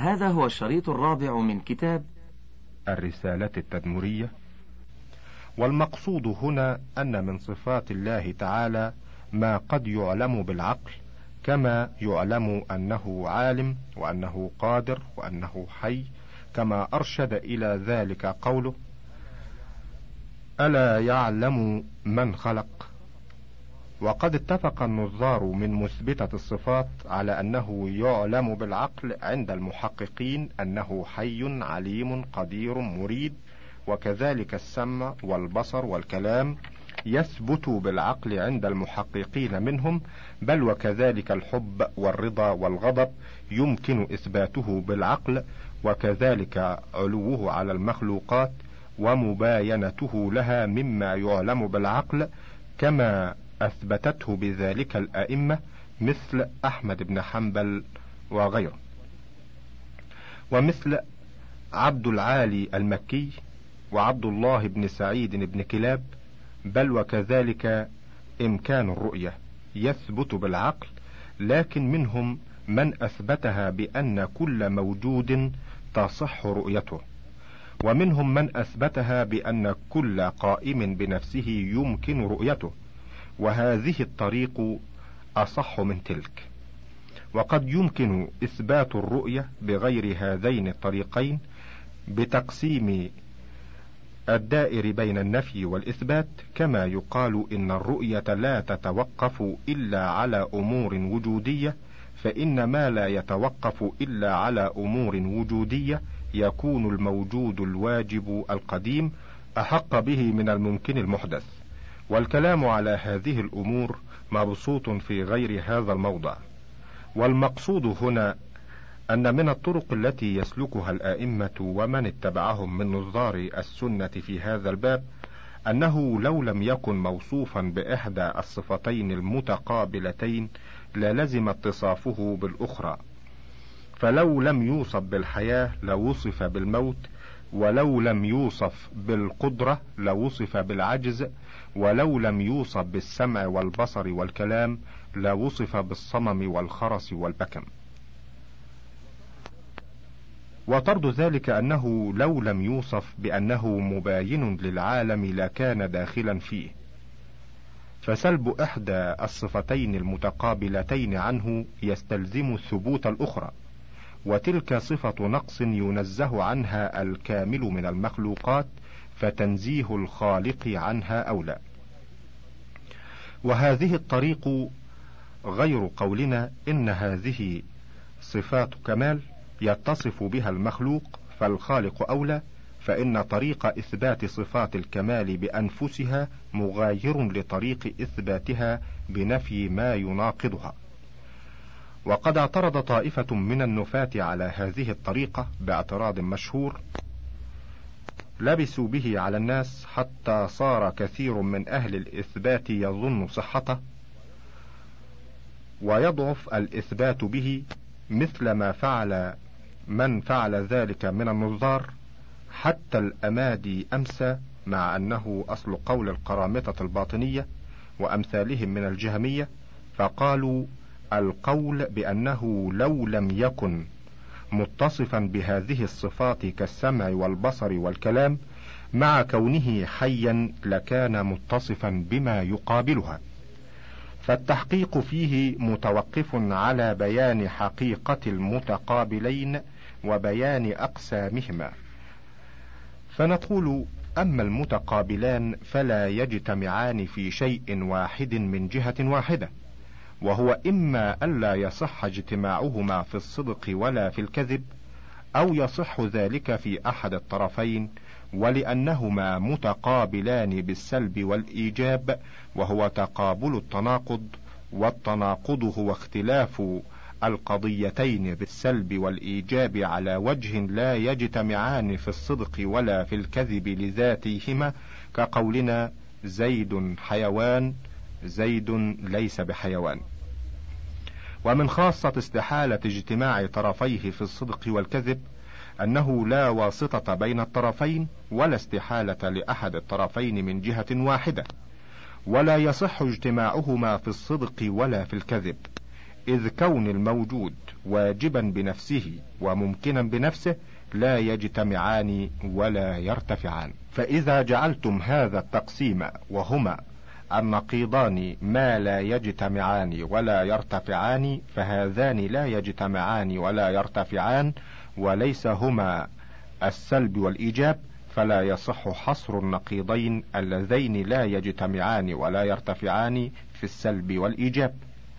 وهذا هو الشريط الرابع من كتاب الرسالة التدمرية. والمقصود هنا أن من صفات الله تعالى ما قد يعلم بالعقل، كما يعلم أنه عالم وأنه قادر وأنه حي، كما أرشد إلى ذلك قوله: ألا يعلم من خلق. وقد اتفق النظار من مثبتة الصفات على أنه يعلم بالعقل عند المحققين أنه حي عليم قدير مريد، وكذلك السمع والبصر والكلام يثبت بالعقل عند المحققين منهم، بل وكذلك الحب والرضا والغضب يمكن إثباته بالعقل، وكذلك علوه على المخلوقات ومباينته لها مما يعلم بالعقل، كما أثبتته بذلك الأئمة مثل أحمد بن حنبل وغيره، ومثل عبد العالي المكي وعبد الله بن سعيد بن كلاب، بل وكذلك إمكان الرؤية يثبت بالعقل، لكن منهم من أثبتها بأن كل موجود تصح رؤيته، ومنهم من أثبتها بأن كل قائم بنفسه يمكن رؤيته، وهذه الطريق أصح من تلك. وقد يمكن إثبات الرؤية بغير هذين الطريقين بتقسيم الدائر بين النفي والإثبات، كما يقال إن الرؤية لا تتوقف إلا على أمور وجودية، فإن ما لا يتوقف إلا على أمور وجودية يكون الموجود الواجب القديم أحق به من الممكن المحدث. والكلام على هذه الأمور مبسوط في غير هذا الموضع. والمقصود هنا أن من الطرق التي يسلكها الآئمة ومن اتبعهم من نظار السنة في هذا الباب أنه لو لم يكن موصوفا بإحدى الصفتين المتقابلتين للزم اتصافه بالأخرى، فلو لم يوصف بالحياة لوصف بالموت، ولو لم يوصف بالقدرة لوصف بالعجز، ولو لم يوصف بالسمع والبصر والكلام لوصف بالصمم والخرس والبكم. وطرد ذلك أنه لو لم يوصف بأنه مباين للعالم لكان داخلا فيه، فسلب إحدى الصفتين المتقابلتين عنه يستلزم ثبوت الأخرى، وتلك صفة نقص ينزه عنها الكامل من المخلوقات، فتنزيه الخالق عنها أولى. وهذه الطريق غير قولنا إن هذه صفات كمال يتصف بها المخلوق فالخالق أولى، فإن طريق إثبات صفات الكمال بأنفسها مغاير لطريق إثباتها بنفي ما يناقضها. وقد اعترض طائفة من النفاة على هذه الطريقة باعتراض مشهور لبسوا به على الناس حتى صار كثير من أهل الإثبات يظن صحته ويضعف الإثبات به، مثل ما فعل من فعل ذلك من النظار، حتى الأمادي أمسى، مع أنه أصل قول القرامطة الباطنية وأمثالهم من الجهمية، فقالوا القول بأنه لو لم يكن متصفا بهذه الصفات كالسمع والبصر والكلام مع كونه حيا لكان متصفا بما يقابلها، فالتحقيق فيه متوقف على بيان حقيقة المتقابلين وبيان أقسامهما. فنقول أما المتقابلان فلا يجتمعان في شيء واحد من جهة واحدة، وهو إما ألا يصح اجتماعهما في الصدق ولا في الكذب، أو يصح ذلك في أحد الطرفين، ولأنهما متقابلان بالسلب والإيجاب، وهو تقابل التناقض، والتناقض هو اختلاف القضيتين بالسلب والإيجاب على وجه لا يجتمعان في الصدق ولا في الكذب لذاتهما، كقولنا زيد حيوان، زيد ليس بحيوان. ومن خاصة استحالة اجتماع طرفيه في الصدق والكذب أنه لا واسطة بين الطرفين، ولا استحالة لأحد الطرفين من جهة واحدة، ولا يصح اجتماعهما في الصدق ولا في الكذب، إذ كون الموجود واجبا بنفسه وممكنا بنفسه لا يجتمعان ولا يرتفعان. فإذا جعلتم هذا التقسيم وهما النقيضان ما لا يجتمعان ولا يرتفعان، فهذان لا يجتمعان ولا يرتفعان وليس هما السلب والإيجاب، فلا يصح حصر النقيضين اللذين لا يجتمعان ولا يرتفعان في السلب والإيجاب.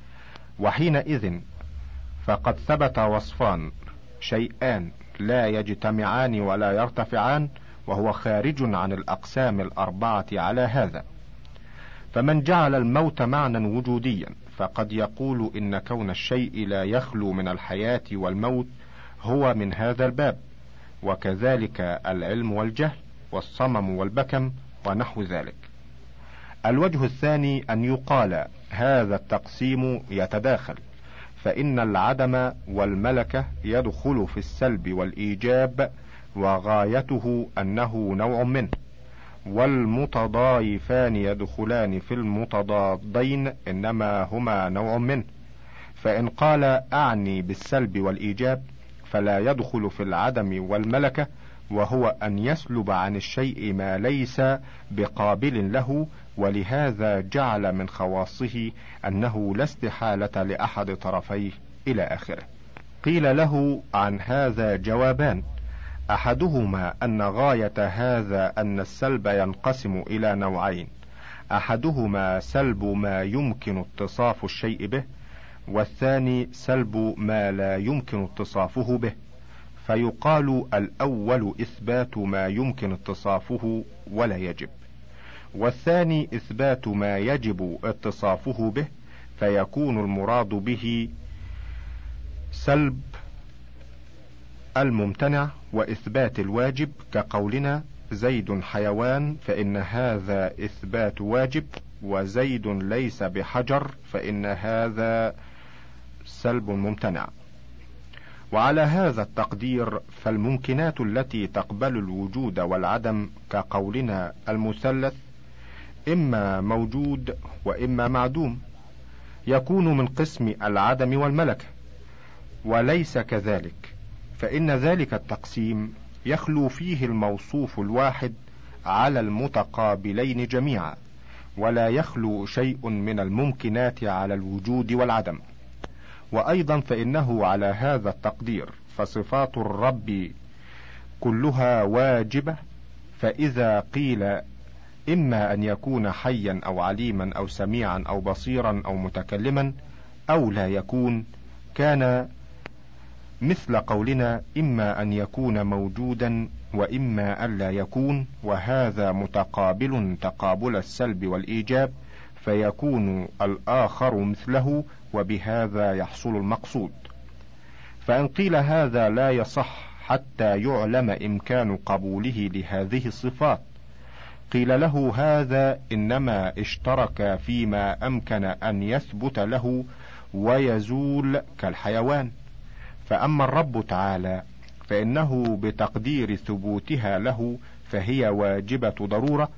وحينئذ فقد ثبت وصفان شيئان لا يجتمعان ولا يرتفعان، وهو خارج عن الأقسام الأربعة على هذا. فمن جعل الموت معنى وجوديا فقد يقول إن كون الشيء لا يخلو من الحياة والموت هو من هذا الباب، وكذلك العلم والجهل والصمم والبكم ونحو ذلك. الوجه الثاني أن يقال هذا التقسيم يتداخل، فإن العدم والملكة يدخل في السلب والإيجاب، وغايته أنه نوع منه، والمتضايفان يدخلان في المتضادين إنما هما نوع منه. فإن قال أعني بالسلب والإيجاب فلا يدخل في العدم والملكة، وهو أن يسلب عن الشيء ما ليس بقابل له، ولهذا جعل من خواصه أنه لا استحالة لأحد طرفيه إلى آخره. قيل له عن هذا جوابان: أحدهما أن غاية هذا أن السلب ينقسم إلى نوعين، أحدهما سلب ما يمكن اتصاف الشيء به، والثاني سلب ما لا يمكن اتصافه به. فيقال الأول إثبات ما يمكن اتصافه ولا يجب، والثاني إثبات ما يجب اتصافه به، فيكون المراد به سلب الممتنع وإثبات الواجب، كقولنا زيد حيوان فإن هذا إثبات واجب، وزيد ليس بحجر فإن هذا سلب ممتنع. وعلى هذا التقدير فالممكنات التي تقبل الوجود والعدم كقولنا المثلث إما موجود وإما معدوم، يكون من قسم العدم والملكة، وليس كذلك، فإن ذلك التقسيم يخلو فيه الموصوف الواحد على المتقابلين جميعا، ولا يخلو شيء من الممكنات على الوجود والعدم. وأيضا فإنه على هذا التقدير فصفات الرب كلها واجبة، فإذا قيل إما أن يكون حيا أو عليما أو سميعا أو بصيرا أو متكلما أو لا يكون، كان مثل قولنا إما أن يكون موجودا وإما أن لا يكون، وهذا متقابل تقابل السلب والإيجاب، فيكون الآخر مثله، وبهذا يحصل المقصود. فإن قيل هذا لا يصح حتى يعلم إمكان قبوله لهذه الصفات، قيل له هذا إنما اشترك فيما أمكن أن يثبت له ويزول كالحيوان. فأما الرب تعالى فإنه بتقدير ثبوتها له فهي واجبة ضرورة،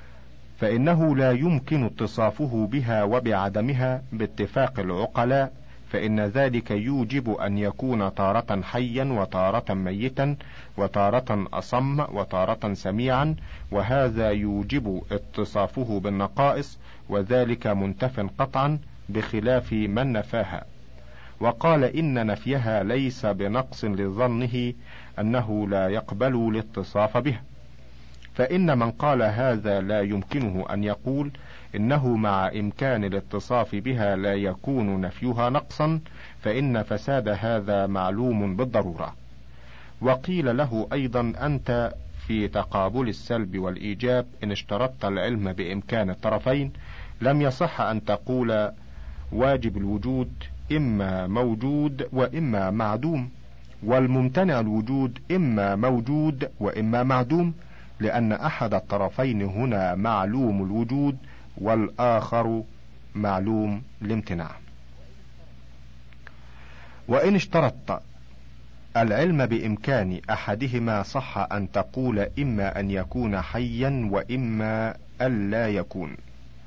فإنه لا يمكن اتصافه بها وبعدمها باتفاق العقلاء، فإن ذلك يوجب أن يكون تارة حيا وتارة ميتا وتارة أصم وتارة سميعا، وهذا يوجب اتصافه بالنقائص، وذلك منتف قطعا بخلاف من نفاها. وقال إن نفيها ليس بنقص لظنه أنه لا يقبل الاتصاف بها. فإن من قال هذا لا يمكنه أن يقول إنه مع إمكان الاتصاف بها لا يكون نفيها نقصا، فإن فساد هذا معلوم بالضرورة. وقيل له أيضا أنت في تقابل السلب والإيجاب إن اشترطت العلم بإمكان الطرفين لم يصح أن تقول واجب الوجود إما موجود وإما معدوم، والممتنع الوجود إما موجود وإما معدوم، لأن أحد الطرفين هنا معلوم الوجود والآخر معلوم الامتناع. وإن اشترطت العلم بإمكان أحدهما صح أن تقول إما أن يكون حيا وإما أن لا يكون.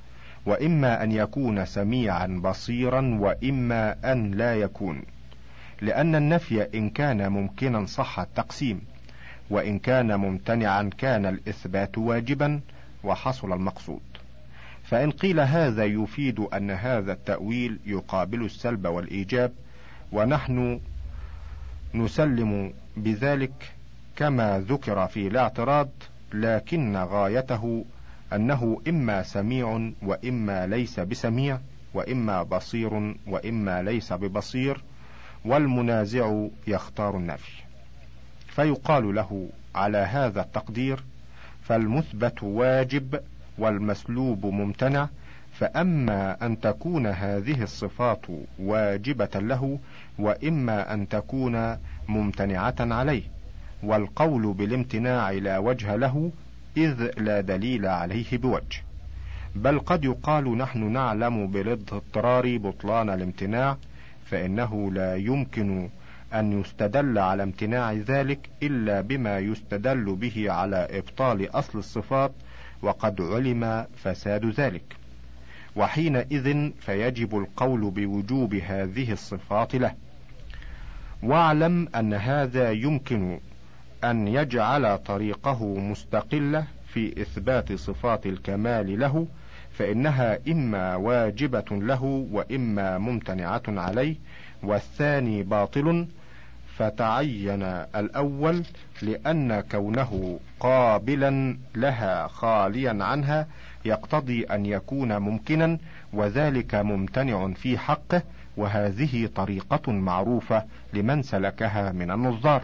وإما أن يكون سميعا بصيرا وإما أن لا يكون، لأن النفي إن كان ممكنا صح التقسيم، وإن كان ممتنعا كان الإثبات واجبا وحصل المقصود. فإن قيل هذا يفيد أن هذا التأويل يقابل السلب والإيجاب، ونحن نسلم بذلك كما ذكر في الاعتراض، لكن غايته أنه إما سميع وإما ليس بسميع، وإما بصير وإما ليس ببصير، والمنازع يختار النفي. فيقال له على هذا التقدير: فالمثبت واجب والمسلوب ممتنع، فأما أن تكون هذه الصفات واجبة له، وإما أن تكون ممتنعة عليه، والقول بالامتناع لا وجه له، إذ لا دليل عليه بوجه. بل قد يقال نحن نعلم بالاضطرار بطلان الامتناع، فإنه لا يمكن أن يستدل على امتناع ذلك إلا بما يستدل به على إبطال أصل الصفات، وقد علم فساد ذلك، وحينئذ فيجب القول بوجوب هذه الصفات له. واعلم أن هذا يمكن أن يجعل طريقه مستقلة في إثبات صفات الكمال له، فإنها إما واجبة له وإما ممتنعة عليه، والثاني باطل، فتعين الأول لأن كونه قابلا لها خاليا عنها يقتضي أن يكون ممكنا، وذلك ممتنع في حقه، وهذه طريقة معروفة لمن سلكها من النظار.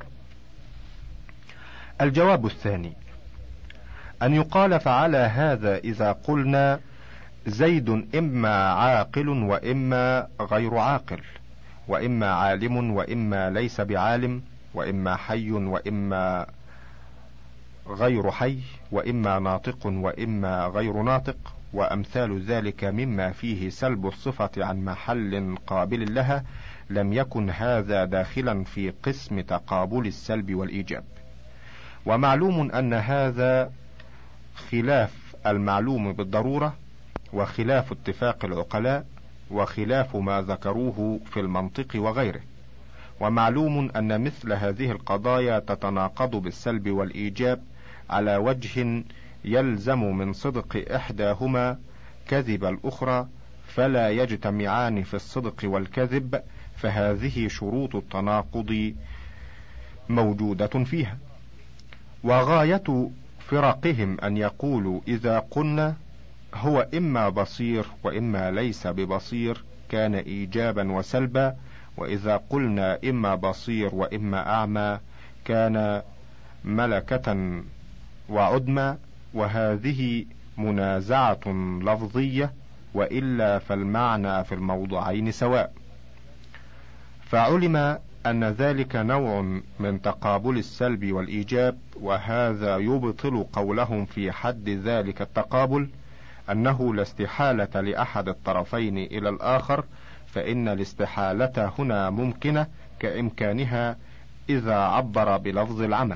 الجواب الثاني أن يقال: فعلى هذا إذا قلنا زيد إما عاقل وإما غير عاقل، وإما عالم وإما ليس بعالم، وإما حي وإما غير حي، وإما ناطق وإما غير ناطق، وأمثال ذلك مما فيه سلب الصفة عن محل قابل لها، لم يكن هذا داخلا في قسم تقابل السلب والإيجاب. ومعلوم أن هذا خلاف المعلوم بالضرورة، وخلاف اتفاق العقلاء، وخلاف ما ذكروه في المنطق وغيره. ومعلوم أن مثل هذه القضايا تتناقض بالسلب والإيجاب على وجه يلزم من صدق إحداهما كذب الأخرى، فلا يجتمعان في الصدق والكذب، فهذه شروط التناقض موجودة فيها. وغاية فرقهم أن يقولوا إذا قلنا هو إما بصير وإما ليس ببصير كان إيجابا وسلبا، وإذا قلنا إما بصير وإما أعمى كان ملكة وعدمى، وهذه منازعة لفظية، وإلا فالمعنى في الموضعين سواء. فعلم أن ذلك نوع من تقابل السلب والإيجاب، وهذا يبطل قولهم في حد ذلك التقابل أنه لا استحالة لأحد الطرفين إلى الآخر، فإن الاستحالة هنا ممكنة كإمكانها إذا عبر بلفظ العمى.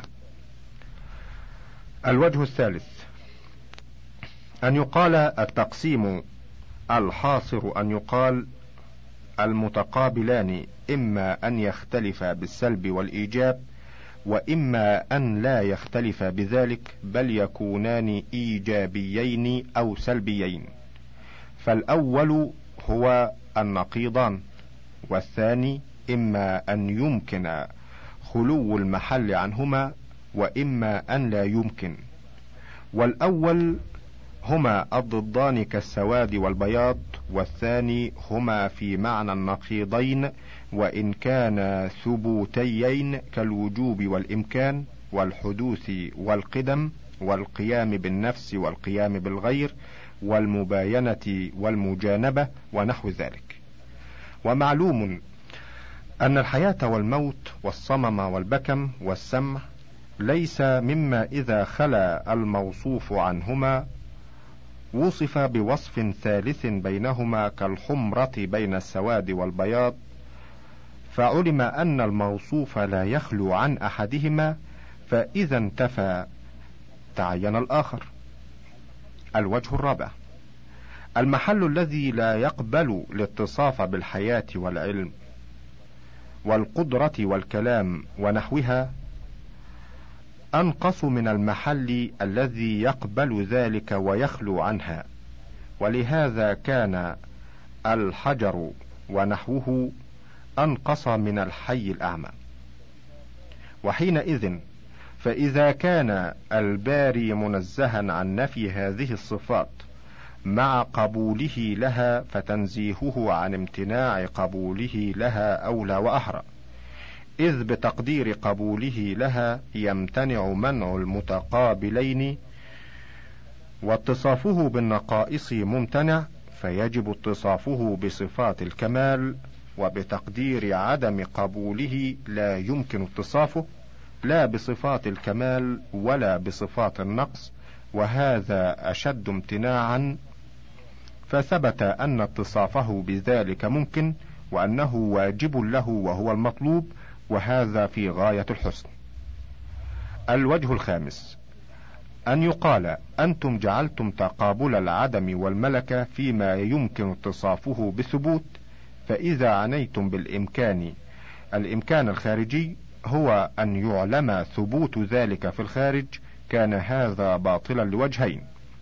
الوجه الثالث أن يقال التقسيم الحاصر أن يقال المتقابلان إما أن يختلفا بالسلب والإيجاب، وإما أن لا يختلفا بذلك، بل يكونان إيجابيين أو سلبيين. فالأول هو النقيضان، والثاني إما أن يمكن خلو المحل عنهما، وإما أن لا يمكن. والأول هما الضدان كالسواد والبياض، والثاني هما في معنى النقيضين، وإن كان ثبوتيين كالوجوب والإمكان، والحدوث والقدم، والقيام بالنفس والقيام بالغير، والمباينة والمجانبة، ونحو ذلك. ومعلوم أن الحياة والموت والصمم والبكم والسمع ليس مما إذا خلا الموصوف عنهما وصف بوصف ثالث بينهما كالحمرة بين السواد والبياض، فعلم أن الموصوف لا يخلو عن أحدهما، فإذا انتفى تعين الآخر. الوجه الرابع المحل الذي لا يقبل الاتصاف بالحياة والعلم والقدرة والكلام ونحوها أنقص من المحل الذي يقبل ذلك ويخلو عنها، ولهذا كان الحجر ونحوه أنقص من الحي الأعمى. وحينئذ فإذا كان الباري منزها عن نفي هذه الصفات مع قبوله لها، فتنزيهه عن امتناع قبوله لها أولى وأحرى، إذ بتقدير قبوله لها يمتنع منع المتقابلين، واتصافه بالنقائص ممتنع، فيجب اتصافه بصفات الكمال، وبتقدير عدم قبوله لا يمكن اتصافه لا بصفات الكمال ولا بصفات النقص، وهذا أشد امتناعا، فثبت أن اتصافه بذلك ممكن، وأنه واجب له وهو المطلوب، وهذا في غاية الحسن. الوجه الخامس: أن يقال أنتم جعلتم تقابل العدم والملكة فيما يمكن اتصافه بثبوت، فإذا عنيتم بالإمكان الإمكان الخارجي هو أن يعلم ثبوت ذلك في الخارج، كان هذا باطلا لوجهين: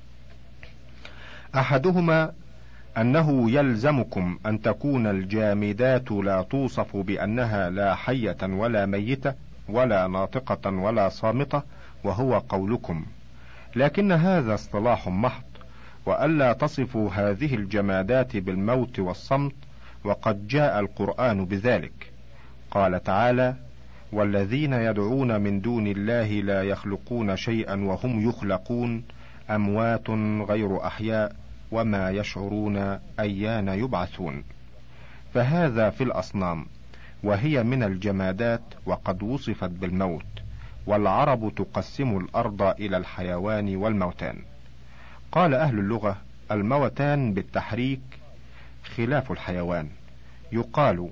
أحدهما أنه يلزمكم أن تكون الجامدات لا توصف بأنها لا حية ولا ميتة ولا ناطقة ولا صامتة، وهو قولكم، لكن هذا اصطلاح محض، وألا تصفوا هذه الجمادات بالموت والصمت، وقد جاء القرآن بذلك. قال تعالى: والذين يدعون من دون الله لا يخلقون شيئا وهم يخلقون، أموات غير أحياء وما يشعرون أيان يبعثون. فهذا في الأصنام، وهي من الجمادات وقد وصفت بالموت، والعرب تقسم الأرض إلى الحيوان والموتان. قال أهل اللغة: الموتان بالتحريك خلاف الحيوان، يقال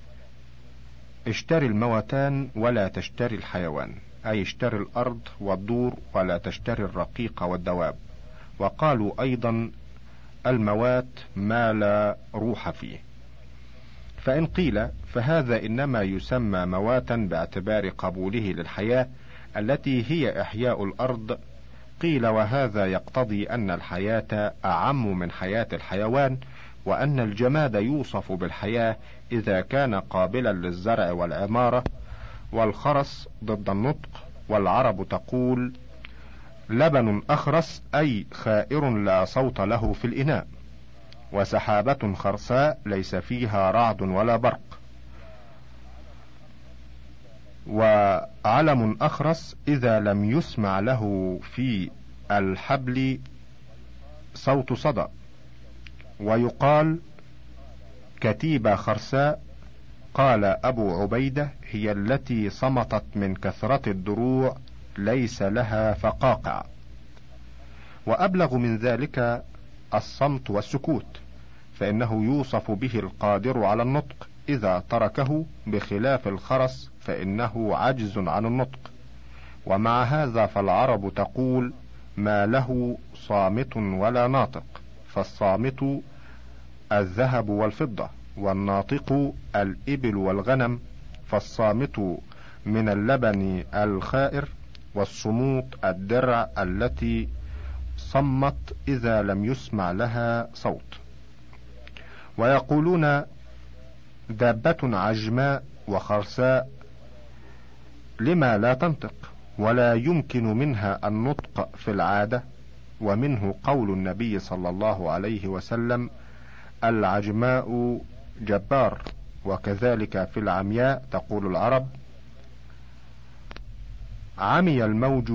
اشتري الموتان ولا تشتري الحيوان، أي اشتري الأرض والدور ولا تشتري الرقيق والدواب. وقالوا أيضا الموات ما لا روح فيه. فإن قيل فهذا إنما يسمى مواتا باعتبار قبوله للحياة التي هي إحياء الأرض، قيل وهذا يقتضي أن الحياة أعم من حياة الحيوان، وأن الجماد يوصف بالحياة إذا كان قابلا للزرع والعمارة، والخرس ضد النطق. والعرب تقول لبن أخرس، أي خائر لا صوت له في الإناء، وسحابة خرساء ليس فيها رعد ولا برق، وعلم أخرس إذا لم يسمع له في الحبل صوت صدى. ويقال كتيبة خرساء، قال أبو عبيدة: هي التي صمتت من كثرة الدروع ليس لها فقاقع. وأبلغ من ذلك الصمت والسكوت، فإنه يوصف به القادر على النطق إذا تركه، بخلاف الخرس فإنه عجز عن النطق. ومع هذا فالعرب تقول ما له صامت ولا ناطق، فالصامت الذهب والفضة، والناطق الإبل والغنم، فالصامت من اللبن الخائر، والصموت الدرع التي صمت إذا لم يسمع لها صوت. ويقولون دابة عجماء وخرساء لما لا تنطق ولا يمكن منها النطق في العادة. ومنه قول النبي صلى الله عليه وسلم: العجماء جبار. وكذلك في العمياء تقول العرب: عمي الموج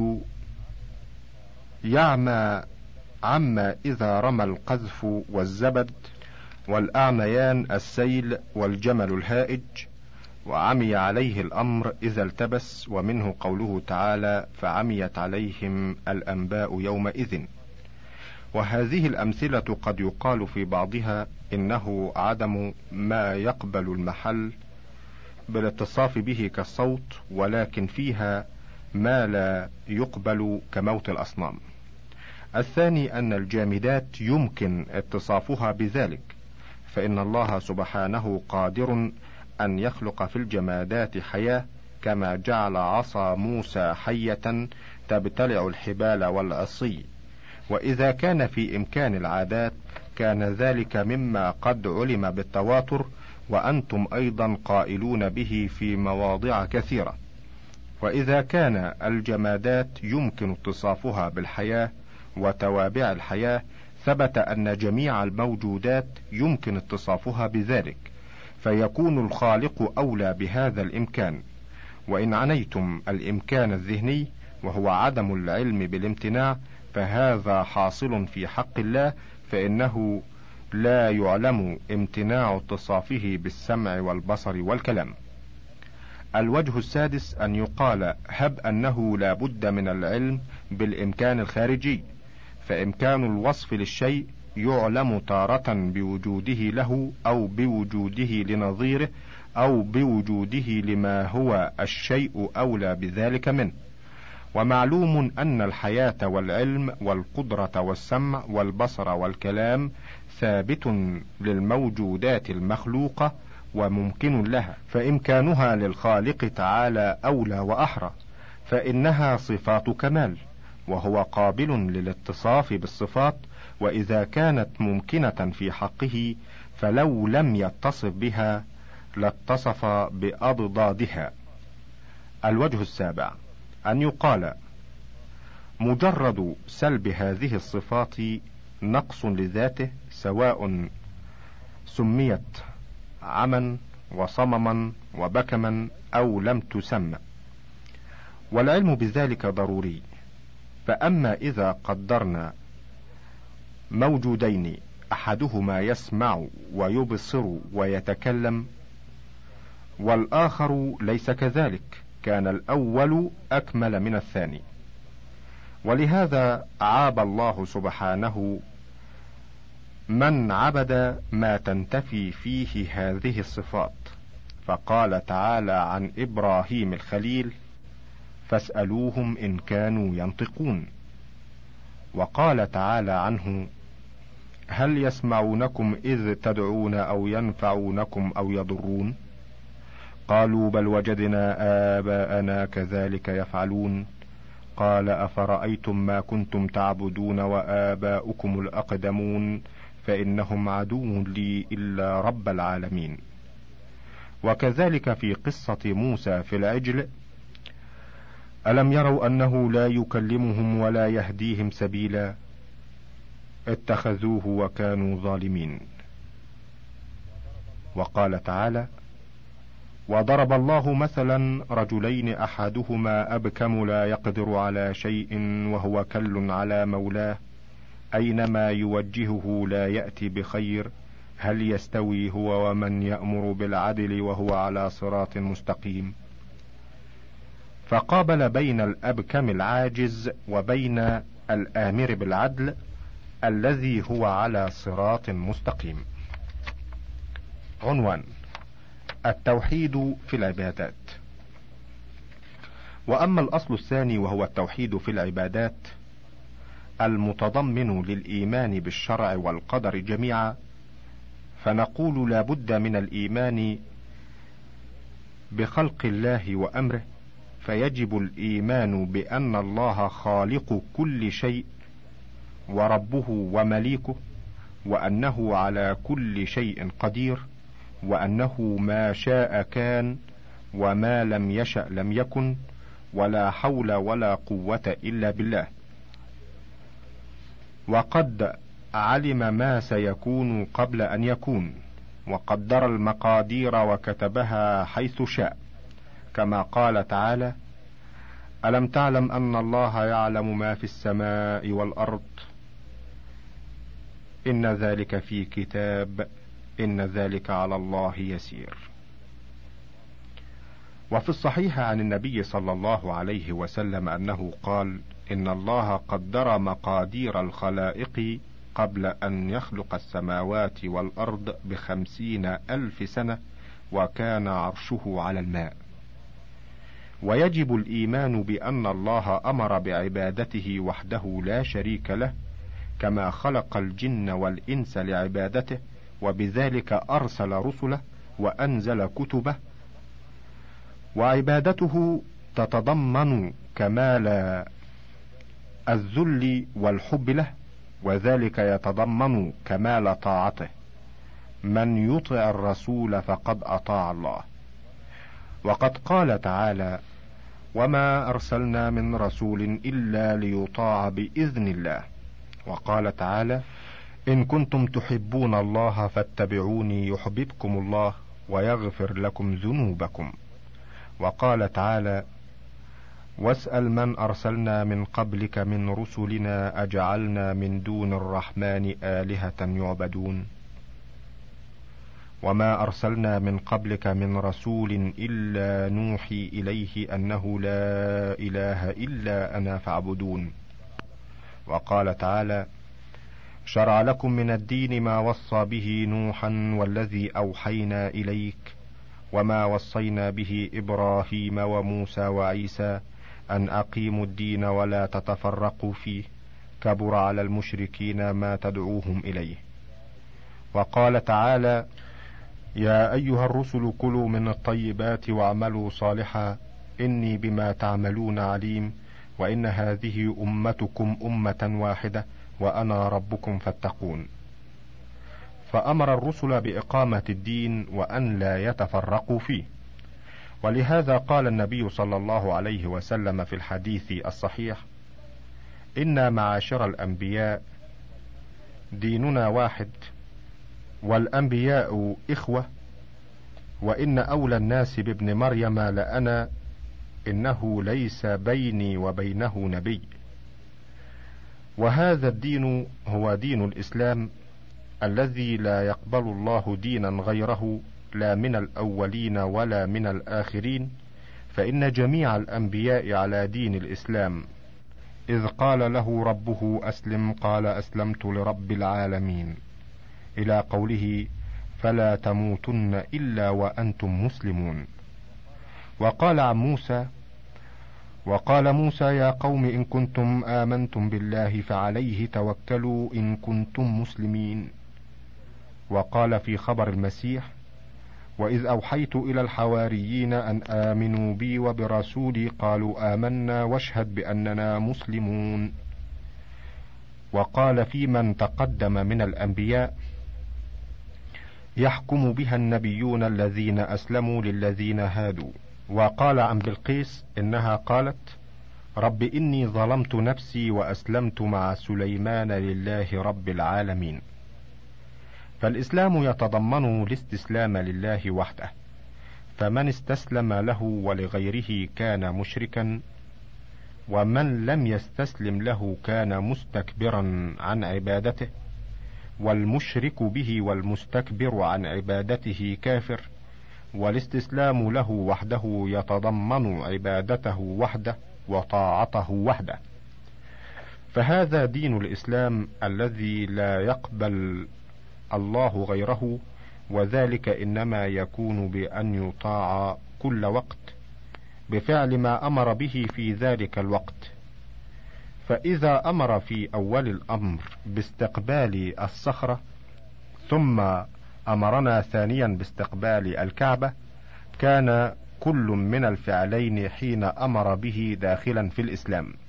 يعمى عما إذا رمى القذف والزبد، والأعميان السيل والجمل الهائج، وعمي عليه الأمر إذا التبس. ومنه قوله تعالى: فعميت عليهم الأنباء يومئذ. وهذه الأمثلة قد يقال في بعضها إنه عدم ما يقبل المحل بالاتصاف به كالصوت، ولكن فيها ما لا يقبل كموت الأصنام. الثاني أن الجامدات يمكن اتصافها بذلك، فإن الله سبحانه قادر أن يخلق في الجمادات حياة، كما جعل عصا موسى حية تبتلع الحبال والعصي. وإذا كان في إمكان العادات كان ذلك مما قد علم بالتواتر، وأنتم أيضا قائلون به في مواضع كثيرة. وإذا كان الجمادات يمكن اتصافها بالحياة وتوابع الحياة، ثبت أن جميع الموجودات يمكن اتصافها بذلك، فيكون الخالق أولى بهذا الإمكان. وإن عنيتم الإمكان الذهني وهو عدم العلم بالامتناع، فهذا حاصل في حق الله، فإنه لا يعلم امتناع اتصافه بالسمع والبصر والكلام. الوجه السادس أن يقال هب أنه لا بد من العلم بالإمكان الخارجي، فإمكان الوصف للشيء يعلم تارة بوجوده له أو بوجوده لنظيره أو بوجوده لما هو الشيء أولى بذلك منه. ومعلوم أن الحياة والعلم والقدرة والسمع والبصر والكلام ثابت للموجودات المخلوقة وممكن لها، فإمكانها للخالق تعالى أولى وأحرى، فإنها صفات كمال، وهو قابل للاتصاف بالصفات. وإذا كانت ممكنة في حقه فلو لم يتصف بها لاتصف بأضدادها. الوجه السابع أن يقال مجرد سلب هذه الصفات نقص لذاته، سواء سميت عما وصمما وبكما أو لم تسمى، والعلم بذلك ضروري. فأما إذا قدرنا موجودين أحدهما يسمع ويبصر ويتكلم والآخر ليس كذلك، كان الأول أكمل من الثاني. ولهذا عاب الله سبحانه من عبد ما تنتفي فيه هذه الصفات، فقال تعالى عن إبراهيم الخليل فاسألوهم إن كانوا ينطقون. وقال تعالى عنه هل يسمعونكم إذ تدعون أو ينفعونكم أو يضرون؟ قالوا بل وجدنا آباءنا كذلك يفعلون. قال أفرأيتم ما كنتم تعبدون وآباؤكم الأقدمون فإنهم عدو لي إلا رب العالمين. وكذلك في قصة موسى في العجل ألم يروا أنه لا يكلمهم ولا يهديهم سبيلا اتخذوه وكانوا ظالمين. وقال تعالى وضرب الله مثلا رجلين أحدهما أبكم لا يقدر على شيء وهو كل على مولاه أينما يوجهه لا يأتي بخير هل يستوي هو ومن يأمر بالعدل وهو على صراط مستقيم. فقابل بين الأبكم العاجز وبين الآمر بالعدل الذي هو على صراط مستقيم. عنوان: التوحيد في العبادات. وأما الأصل الثاني وهو التوحيد في العبادات المتضمن للإيمان بالشرع والقدر جميعا، فنقول لا بد من الإيمان بخلق الله وأمره، فيجب الإيمان بأن الله خالق كل شيء وربه ومليكه، وأنه على كل شيء قدير، وأنه ما شاء كان وما لم يشأ لم يكن، ولا حول ولا قوة إلا بالله. وقد علم ما سيكون قبل أن يكون، وقدر المقادير وكتبها حيث شاء، كما قال تعالى ألم تعلم أن الله يعلم ما في السماء والأرض إن ذلك في كتاب إن ذلك على الله يسير. وفي الصحيح عن النبي صلى الله عليه وسلم أنه قال إن الله قدر مقادير الخلائق قبل أن يخلق السماوات والأرض 50,000 سنة، وكان عرشه على الماء. ويجب الإيمان بأن الله أمر بعبادته وحده لا شريك له، كما خلق الجن والإنس لعبادته، وبذلك أرسل رسله وأنزل كتبه. وعبادته تتضمن كمال الذل والحب له، وذلك يتضمن كمال طاعته. من يطع الرسول فقد أطاع الله. وقد قال تعالى: وما أرسلنا من رسول إلا ليطاع بإذن الله. وقال تعالى: إن كنتم تحبون الله فاتبعوني يحببكم الله ويغفر لكم ذنوبكم. وقال تعالى: واسأل من أرسلنا من قبلك من رسلنا أجعلنا من دون الرحمن آلهة يعبدون. وما أرسلنا من قبلك من رسول إلا نوحي إليه أنه لا إله إلا أنا فاعبدون. وقال تعالى: شرع لكم من الدين ما وصى به نوحا والذي أوحينا إليك وما وصينا به إبراهيم وموسى وعيسى أن أقيموا الدين ولا تتفرقوا فيه، كبر على المشركين ما تدعوهم إليه. وقال تعالى: يا أيها الرسل كلوا من الطيبات واعملوا صالحا إني بما تعملون عليم، وإن هذه أمتكم أمة واحدة وأنا ربكم فاتقون. فأمر الرسل بإقامة الدين وأن لا يتفرقوا فيه. ولهذا قال النبي صلى الله عليه وسلم في الحديث الصحيح: إنا معاشر الأنبياء ديننا واحد، والأنبياء إخوة، وإن أولى الناس بابن مريم لأنا، إنه ليس بيني وبينه نبي. وهذا الدين هو دين الإسلام الذي لا يقبل الله دينا غيره، لا من الأولين ولا من الآخرين، فإن جميع الأنبياء على دين الإسلام. إذ قال له ربه أسلم قال أسلمت لرب العالمين، إلى قوله فلا تموتن إلا وأنتم مسلمون. وقال عن موسى: وقال موسى يا قوم إن كنتم آمنتم بالله فعليه توكلوا إن كنتم مسلمين. وقال في خبر المسيح: وإذ أوحيت إلى الحواريين أن آمنوا بي وبرسولي قالوا آمنا واشهد بأننا مسلمون. وقال في من تقدم من الأنبياء: يحكم بها النبيون الذين أسلموا للذين هادوا. وقال عن بلقيس إنها قالت: رب إني ظلمت نفسي وأسلمت مع سليمان لله رب العالمين. فالإسلام يتضمن الاستسلام لله وحده، فمن استسلم له ولغيره كان مشركا، ومن لم يستسلم له كان مستكبرا عن عبادته، والمشرك به والمستكبر عن عبادته كافر. والاستسلام له وحده يتضمن عبادته وحده وطاعته وحده. فهذا دين الإسلام الذي لا يقبل الله غيره، وذلك إنما يكون بأن يطاع كل وقت بفعل ما أمر به في ذلك الوقت. فإذا أمر في أول الأمر باستقبال الصخرة، ثم أمرنا ثانيا باستقبال الكعبة، كان كل من الفعلين حين أمر به داخلا في الإسلام.